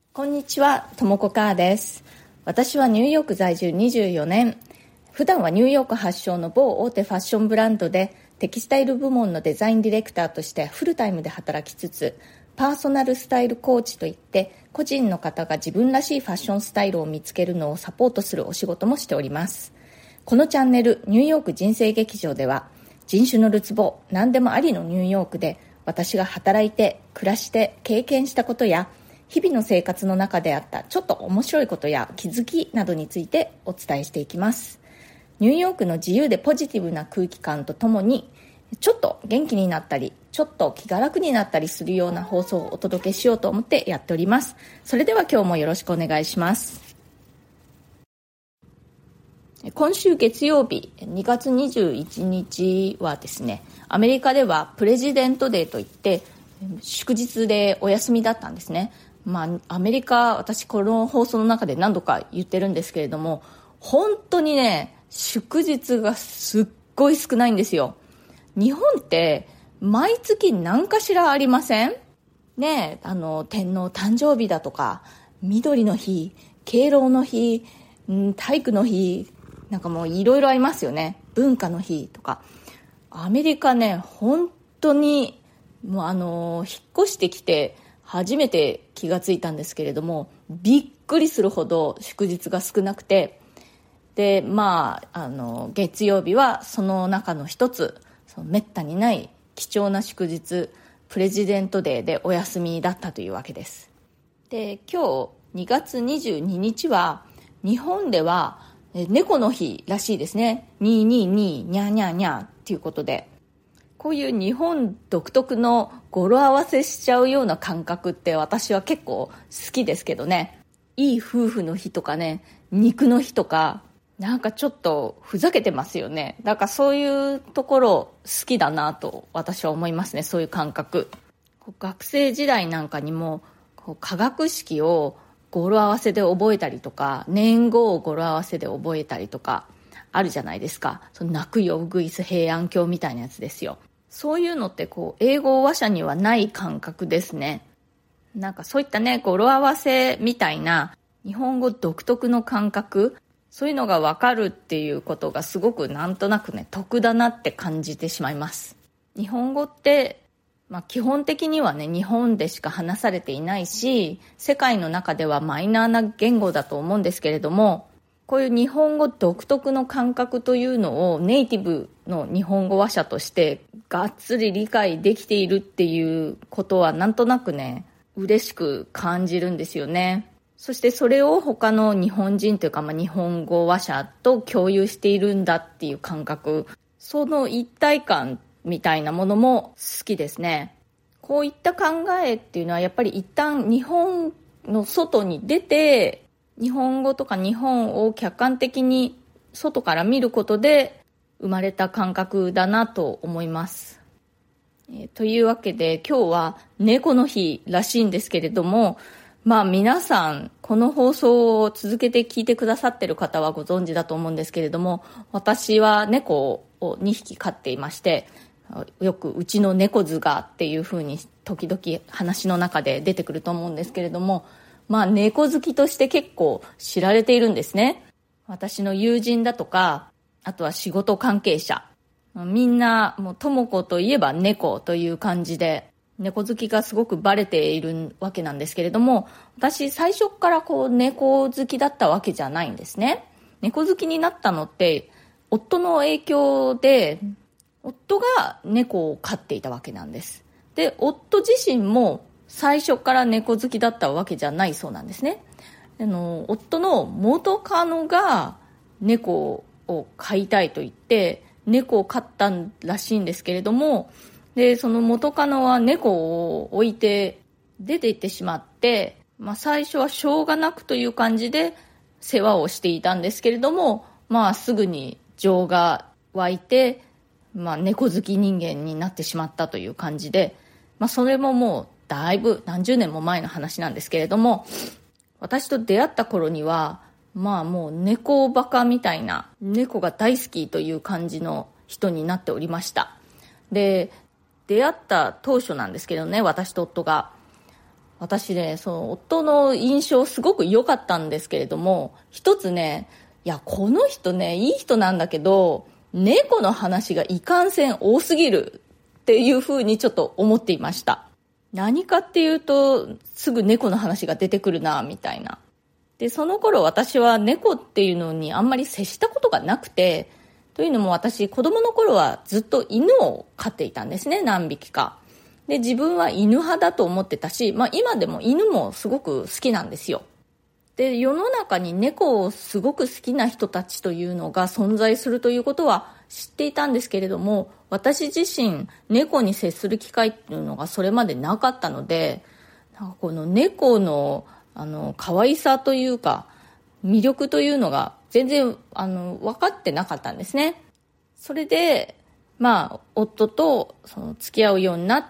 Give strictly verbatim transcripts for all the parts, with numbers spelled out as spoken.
こんにちは、ともこかーです。私はニューヨーク在住にじゅうよねん。普段はニューヨーク発祥の某大手ファッションブランドでテキスタイル部門のデザインディレクターとしてフルタイムで働きつつ、パーソナルスタイルコーチといって個人の方が自分らしいファッションスタイルを見つけるのをサポートするお仕事もしております。このチャンネルニューヨーク人生劇場では、人種のるつぼ何でもありのニューヨークで私が働いて暮らして経験したことや日々の生活の中であったちょっと面白いことや気づきなどについてお伝えしていきます。ニューヨークの自由でポジティブな空気感とともに、ちょっと元気になったりちょっと気が楽になったりするような放送をお届けしようと思ってやっております。それでは今日もよろしくお願いします。今週月曜日にがつにじゅういちにちはですね、アメリカではプレジデントデーといって祝日でお休みだったんですね。まあ、アメリカ、私この放送の中で何度か言ってるんですけれども、本当にね、祝日がすっごい少ないんですよ。日本って毎月何かしらありません？ねえ、あの天皇誕生日だとか、緑の日、敬老の日、体育の日、なんかもういろいろありますよね。文化の日とか。アメリカね、本当にもうあの引っ越してきて初めて気がついたんですけれども、びっくりするほど祝日が少なくて、でまああの月曜日はその中の一つ、そのめったにない貴重な祝日プレジデントデーでお休みだったというわけです。で今日にがつにじゅうににちは日本では猫の日らしいですね。にーにーにーにゃーにゃーにゃーっていうことで、こういう日本独特の語呂合わせしちゃうような感覚って私は結構好きですけどね。いい夫婦の日とかね、肉の日とか、なんかちょっとふざけてますよね。だからそういうところ好きだなと私は思いますね。そういう感覚。学生時代なんかにもこう化学式を語呂合わせで覚えたりとか、年号を語呂合わせで覚えたりとかあるじゃないですか。その泣くよウグイス平安京みたいなやつですよ。そういうのってこう英語話者にはない感覚ですね。なんかそういったね、語呂合わせみたいな日本語独特の感覚、そういうのが分かるっていうことがすごくなんとなくね、得だなって感じてしまいます。日本語って、まあ、基本的にはね、日本でしか話されていないし、世界の中ではマイナーな言語だと思うんですけれども、こういう日本語独特の感覚というのをネイティブの日本語話者としてがっつり理解できているっていうことはなんとなくね、嬉しく感じるんですよね。そしてそれを他の日本人というか、まあ、日本語話者と共有しているんだっていう感覚、その一体感みたいなものも好きですね。こういった考えっていうのはやっぱり一旦日本の外に出て、日本語とか日本を客観的に外から見ることで生まれた感覚だなと思います。えー、というわけで今日は猫の日らしいんですけれども、まあ皆さんこの放送を続けて聞いてくださってる方はご存知だと思うんですけれども、私は猫をにひき飼っていまして、よくうちの猫図がっていう風に時々話の中で出てくると思うんですけれども、まあ猫好きとして結構知られているんですね。私の友人だとか、あとは仕事関係者、みんなもうともこといえば猫という感じで、猫好きがすごくバレているわけなんですけれども、私最初からこう猫好きだったわけじゃないんですね。猫好きになったのって夫の影響で、夫が猫を飼っていたわけなんです。で、夫自身も最初から猫好きだったわけじゃないそうなんですね。あの夫の元カノが猫を飼いたいと言って猫を飼ったらしいんですけれども、でその元カノは猫を置いて出て行ってしまって、まあ、最初はしょうがなくという感じで世話をしていたんですけれども、まあ、すぐに情が湧いて、まあ、猫好き人間になってしまったという感じで、まあ、それももうだいぶ何十年も前の話なんですけれども、私と出会った頃にはまあもう猫バカみたいな、猫が大好きという感じの人になっておりました。で出会った当初なんですけどね、私と夫が私ね、その夫の印象すごく良かったんですけれども、一つね、いや、この人ね、いい人なんだけど、猫の話がいかんせん多すぎるっていうふうにちょっと思っていました。何かっていうと、すぐ猫の話が出てくるな、みたいな。で、その頃私は猫っていうのにあんまり接したことがなくて、というのも私、子供の頃はずっと犬を飼っていたんですね、何匹か。で、自分は犬派だと思ってたし、まあ今でも犬もすごく好きなんですよ。で、世の中に猫をすごく好きな人たちというのが存在するということは知っていたんですけれども、私自身猫に接する機会っていうのがそれまでなかったので、なんかこの猫のあの可愛さというか魅力というのが全然あの分かってなかったんですね。それでまあ夫とその付き合うようになって、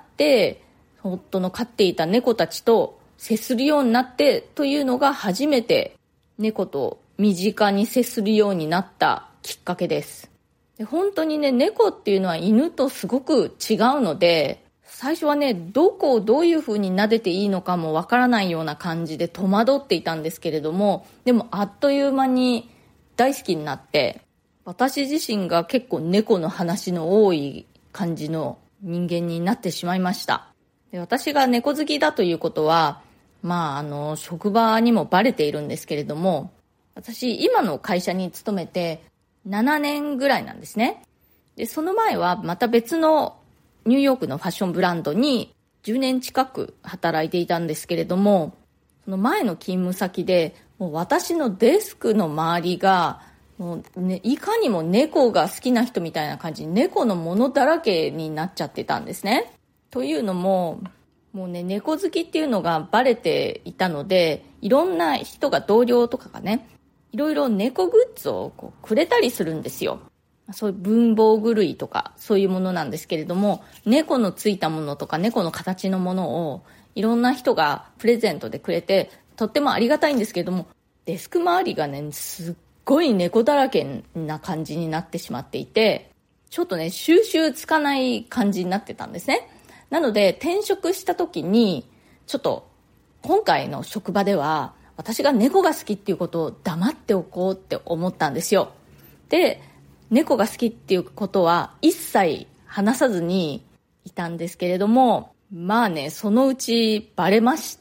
夫の飼っていた猫たちと接するようになってというのが初めて猫と身近に接するようになったきっかけです。で、本当にね、猫っていうのは犬とすごく違うので、最初はね、どこをどういう風に撫でていいのかもわからないような感じで戸惑っていたんですけれども、でもあっという間に大好きになって、私自身が結構猫の話の多い感じの人間になってしまいました。で、私が猫好きだということは、まあ、あの、職場にもバレているんですけれども、私、今の会社に勤めてななねんぐらいなんですね。で、その前はまた別のニューヨークのファッションブランドにじゅうねん近く働いていたんですけれども、その前の勤務先で、もう私のデスクの周りが、もうね、いかにも猫が好きな人みたいな感じに猫のものだらけになっちゃってたんですね。というのも、もうね、猫好きっていうのがバレていたので、いろんな人が同僚とかがね、いろいろ猫グッズをこうくれたりするんですよ。そういう文房具類とかそういうものなんですけれども、猫のついたものとか猫の形のものをいろんな人がプレゼントでくれて、とってもありがたいんですけれども、デスク周りがね、すっごい猫だらけな感じになってしまっていて、ちょっとね、収集つかない感じになってたんですね。なので転職した時に、ちょっと今回の職場では私が猫が好きっていうことを黙っておこうって思ったんですよ。で、猫が好きっていうことは一切話さずにいたんですけれども、まあね、そのうちバレまして、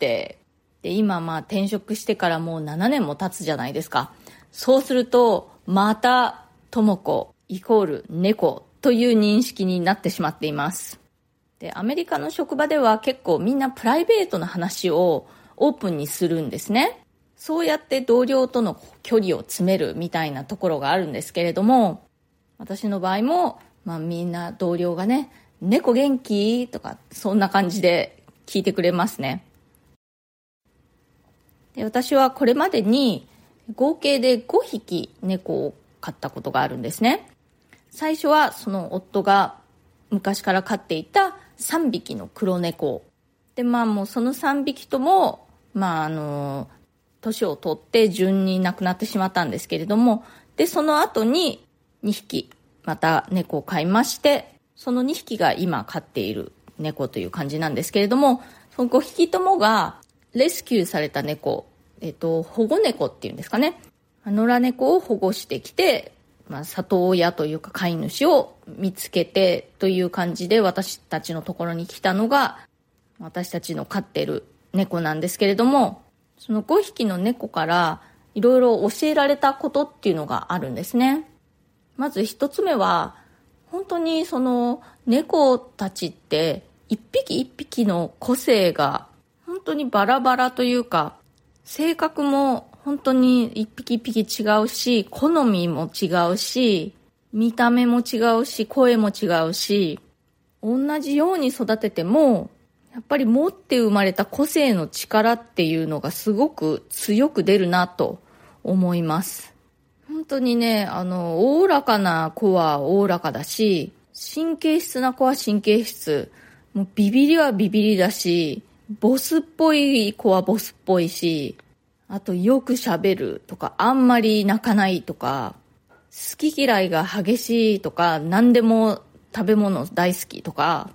で、今まあ転職してからもうななねんも経つじゃないですか。そうすると、またともこイコール猫という認識になってしまっています。で、アメリカの職場では結構みんなプライベートな話をオープンにするんですね。そうやって同僚との距離を詰めるみたいなところがあるんですけれども、私の場合も、まあみんな同僚がね、猫元気とかそんな感じで聞いてくれますね。で、私はこれまでに合計でごひき猫を飼ったことがあるんですね。最初はその夫が昔から飼っていたさんびきの黒猫で、まあもうそのさんびきともまああの年を取って順に亡くなってしまったんですけれども、でその後ににひきまた猫を飼いまして、そのにひきが今飼っている猫という感じなんですけれども、そのごひきともがレスキューされた猫、えっと保護猫っていうんですかね、野良猫を保護してきて、まあ、里親というか飼い主を見つけてという感じで私たちのところに来たのが私たちの飼っている猫なんですけれども、そのごひきの猫からいろいろ教えられたことっていうのがあるんですね。まず一つ目は、本当にその猫たちって一匹一匹の個性が本当にバラバラというか、性格も本当に一匹一匹違うし、好みも違うし、見た目も違うし、声も違うし、同じように育ててもやっぱり持って生まれた個性の力っていうのがすごく強く出るなと思います。本当にね、あのおおらかな子はおおらかだし、神経質な子は神経質、もうビビりはビビりだし、ボスっぽい子はボスっぽいし、あとよく喋るとか、あんまり泣かないとか、好き嫌いが激しいとか、何でも食べ物大好きとか、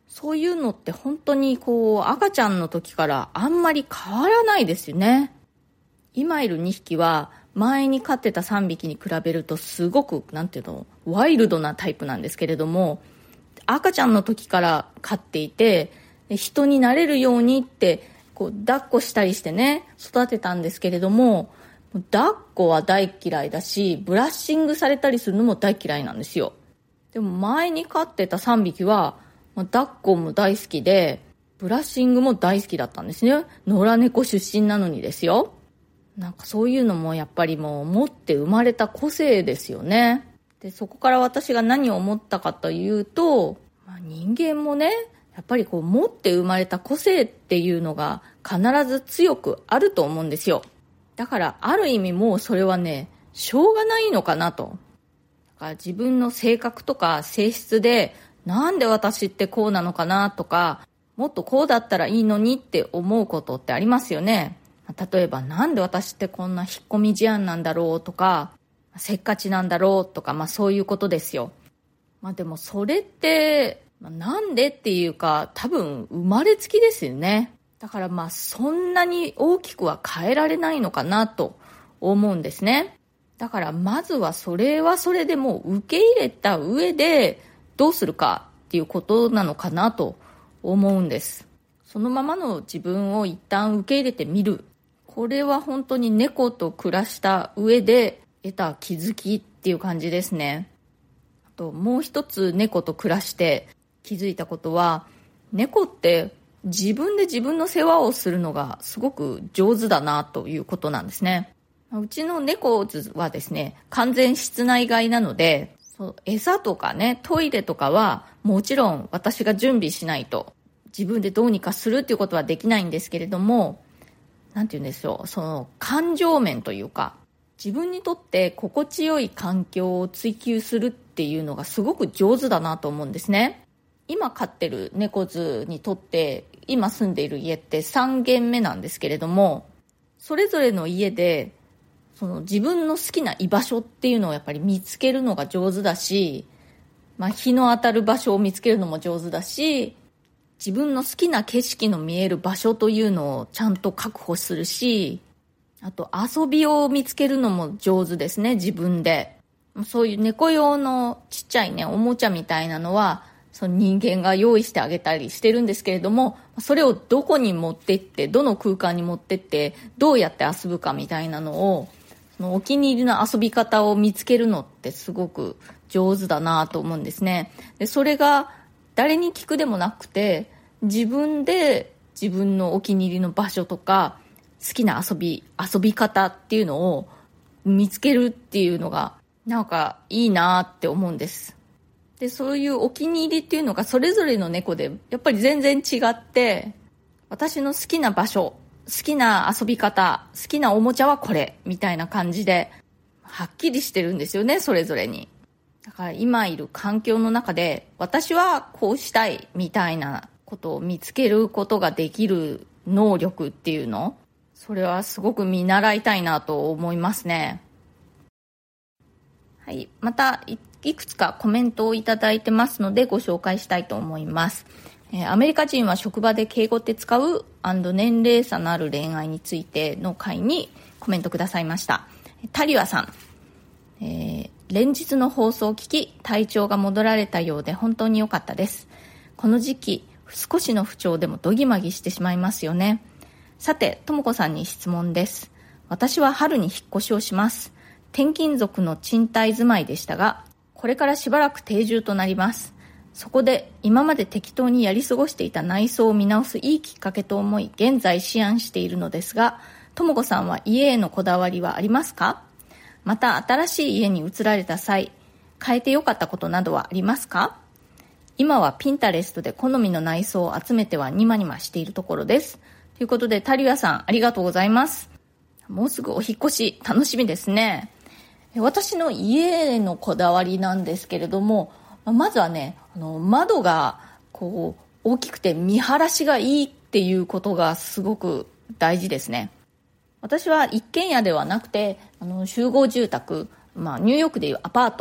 そういうのって本当にこう赤ちゃんの時からあんまり変わらないですよね。今いるにひきは前に飼ってたさんびきに比べるとすごくなんていうのワイルドなタイプなんですけれども、赤ちゃんの時から飼っていて、人になれるようにってこう抱っこしたりしてね育てたんですけれども、抱っこは大嫌いだし、ブラッシングされたりするのも大嫌いなんですよ。でも前に飼ってたさんびきは抱っこも大好きで、ブラッシングも大好きだったんですね。野良猫出身なのにですよ。なんかそういうのもやっぱりもう持って生まれた個性ですよね。で、そこから私が何を思ったかというと、まあ、人間もね、やっぱりこう持って生まれた個性っていうのが必ず強くあると思うんですよ。だからある意味もうそれはね、しょうがないのかなと。だから自分の性格とか性質で、なんで私ってこうなのかなとか、もっとこうだったらいいのにって思うことってありますよね。例えばなんで私ってこんな引っ込み思案なんだろうとか、せっかちなんだろうとか、まあそういうことですよ。まあでもそれって、なんでっていうか多分生まれつきですよね。だからまあそんなに大きくは変えられないのかなと思うんですね。だからまずはそれはそれでもう受け入れた上でどうするかっていうことなのかなと思うんです。そのままの自分を一旦受け入れてみる。これは本当に猫と暮らした上で得た気づきっていう感じですね。あともう一つ猫と暮らして気づいたことは、猫って自分で自分の世話をするのがすごく上手だなということなんですね。うちの猫はですね、完全室内飼いなので、そう餌とかね、トイレとかはもちろん私が準備しないと自分でどうにかするっていうことはできないんですけれども、なんて言うんでしょう、その感情面というか、自分にとって心地よい環境を追求するっていうのがすごく上手だなと思うんですね。今飼ってる猫図にとって今住んでいる家ってさんげんめなんですけれども、それぞれの家でその自分の好きな居場所っていうのをやっぱり見つけるのが上手だし、まあ、日の当たる場所を見つけるのも上手だし、自分の好きな景色の見える場所というのをちゃんと確保するし、あと遊びを見つけるのも上手ですね、自分で。そういう猫用のちっちゃいね、おもちゃみたいなのは、その人間が用意してあげたりしてるんですけれども、それをどこに持ってって、どの空間に持ってって、どうやって遊ぶかみたいなのを、そのお気に入りの遊び方を見つけるのってすごく上手だなと思うんですね。で、それが誰に聞くでもなくて、自分で自分のお気に入りの場所とか好きな遊び遊び方っていうのを見つけるっていうのがなんかいいなって思うんです。で、そういうお気に入りっていうのがそれぞれの猫でやっぱり全然違って、私の好きな場所、好きな遊び方、好きなおもちゃはこれみたいな感じではっきりしてるんですよね、それぞれに。だから今いる環境の中で私はこうしたいみたいなことを見つけることができる能力っていうの、それはすごく見習いたいなと思いますね。はい、また い, いくつかコメントをいただいてますのでご紹介したいと思います。えー、アメリカ人は職場で敬語って使う&年齢差のある恋愛についての回にコメントくださいました。タリワさん、えー、連日の放送を聞き体調が戻られたようで本当に良かったです。この時期少しの不調でもドギマギしてしまいますよね。さて、ともこさんに質問です。私は春に引っ越しをします。転勤族の賃貸住まいでしたが、これからしばらく定住となります。そこで今まで適当にやり過ごしていた内装を見直すいいきっかけと思い、現在思案しているのですが、ともこさんは家へのこだわりはありますか？また新しい家に移られた際、変えてよかったことなどはありますか？今はピンタレストで好みの内装を集めてはニマニマしているところです。ということで、タリアさんありがとうございます。もうすぐお引っ越し楽しみですね。私の家へのこだわりなんですけれども、まずはね、あの窓がこう大きくて見晴らしがいいっていうことがすごく大事ですね。私は一軒家ではなくて、あの集合住宅、まあ、ニューヨークでいうアパート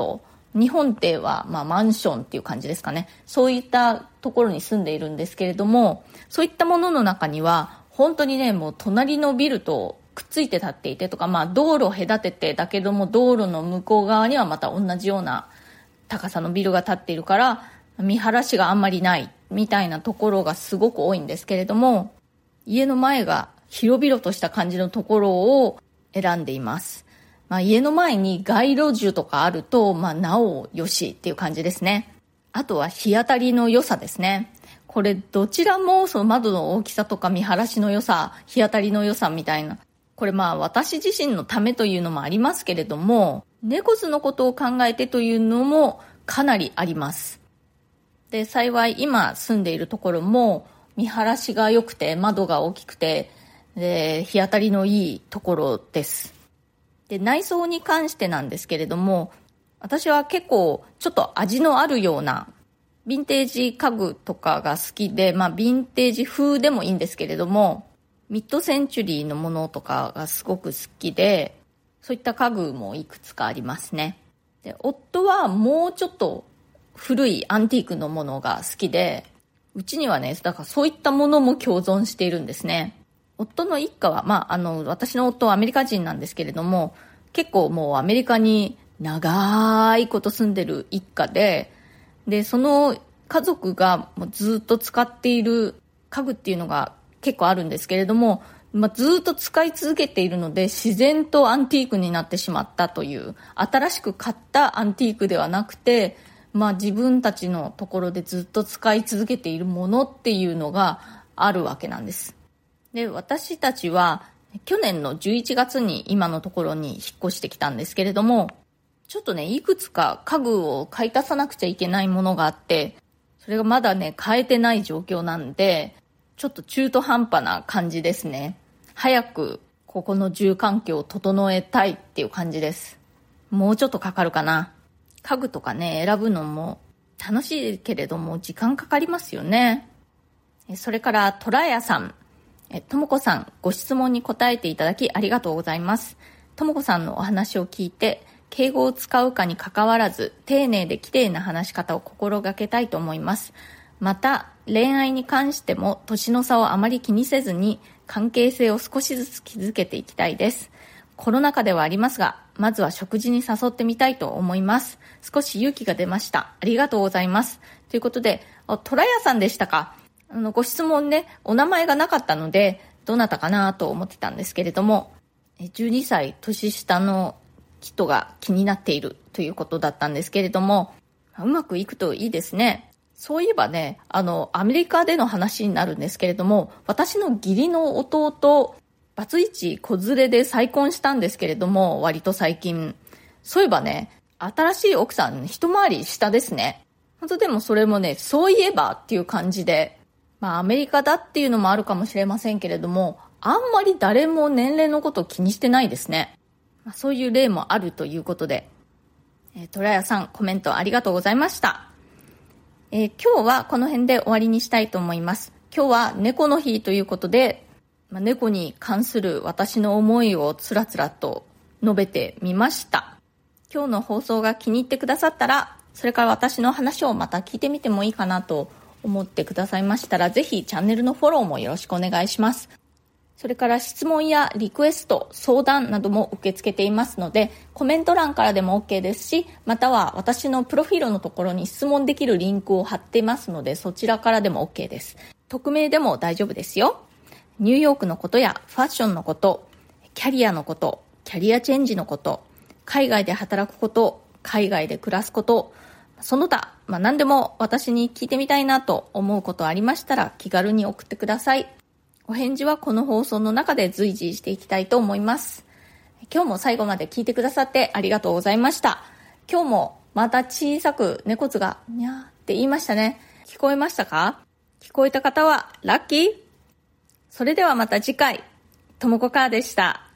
日本ではまあマンションっていう感じですかね。そういったところに住んでいるんですけれども、そういったものの中には本当にね、もう隣のビルとくっついて立っていてとか、まあ道路を隔ててだけども道路の向こう側にはまた同じような高さのビルが建っているから見晴らしがあんまりないみたいなところがすごく多いんですけれども、家の前が広々とした感じのところを選んでいます。まあ、家の前に街路樹とかあると、まあ、なおよしっていう感じですね。あとは日当たりの良さですね。これどちらもその窓の大きさとか見晴らしの良さ、日当たりの良さみたいな、これまあ私自身のためというのもありますけれども、猫図のことを考えてというのもかなりあります。で、幸い今住んでいるところも見晴らしが良くて窓が大きくて、で日当たりのいいところです。で、内装に関してなんですけれども、私は結構ちょっと味のあるようなヴィンテージ家具とかが好きで、まあヴィンテージ風でもいいんですけれども、ミッドセンチュリーのものとかがすごく好きで、そういった家具もいくつかありますね。で、夫はもうちょっと古いアンティークのものが好きで、うちにはね、だからそういったものも共存しているんですね。夫の一家は、まあ、あの、私の夫はアメリカ人なんですけれども、結構もうアメリカに長いこと住んでる一家で、で、その家族がもうずっと使っている家具っていうのが結構あるんですけれども、まあ、ずっと使い続けているので、自然とアンティークになってしまったという、新しく買ったアンティークではなくて、まあ、自分たちのところでずっと使い続けているものっていうのがあるわけなんです。で、私たちは去年のじゅういちがつに今のところに引っ越してきたんですけれども、ちょっとね、いくつか家具を買い足さなくちゃいけないものがあって、それがまだね、買えてない状況なんで、ちょっと中途半端な感じですね。早くここの住環境を整えたいっていう感じです。もうちょっとかかるかな。家具とかね、選ぶのも楽しいけれども時間かかりますよね。それからトラヤさん。え、ともこさん、ご質問に答えていただきありがとうございます。ともこさんのお話を聞いて、敬語を使うかに関わらず、丁寧で綺麗な話し方を心がけたいと思います。また、恋愛に関しても年の差をあまり気にせずに、関係性を少しずつ築けていきたいです。コロナ禍ではありますが、まずは食事に誘ってみたいと思います。少し勇気が出ました。ありがとうございます。ということで、トラヤさんでしたか。あのご質問ね、お名前がなかったのでどなたかなと思ってたんですけれども、じゅうにさい年下の人が気になっているということだったんですけれども、うまくいくといいですね。そういえばね、あのアメリカでの話になるんですけれども、私の義理の弟、バツイチ子連れで再婚したんですけれども、割と最近。そういえばね、新しい奥さん一回り下ですね。本当でもそれもね、そういえばっていう感じで、まあアメリカだっていうのもあるかもしれませんけれども、あんまり誰も年齢のことを気にしてないですね。まあ、そういう例もあるということで、えー、トラヤさんコメントありがとうございました。えー、今日はこの辺で終わりにしたいと思います。今日は猫の日ということで、まあ、猫に関する私の思いをつらつらと述べてみました。今日の放送が気に入ってくださったら、それから私の話をまた聞いてみてもいいかなと思ってくださいましたら、ぜひチャンネルのフォローもよろしくお願いします。それから質問やリクエスト、相談なども受け付けていますので、コメント欄からでも OK ですし、または私のプロフィールのところに質問できるリンクを貼ってますので、そちらからでも OK です。匿名でも大丈夫ですよ。ニューヨークのことやファッションのこと、キャリアのこと、キャリアチェンジのこと、海外で働くこと、海外で暮らすこと、その他、まあ、何でも私に聞いてみたいなと思うことありましたら気軽に送ってください。お返事はこの放送の中で随時していきたいと思います。今日も最後まで聞いてくださってありがとうございました。今日もまた小さく猫図がにゃーって言いましたね。聞こえましたか？聞こえた方はラッキー。それではまた次回、ともこかーでした。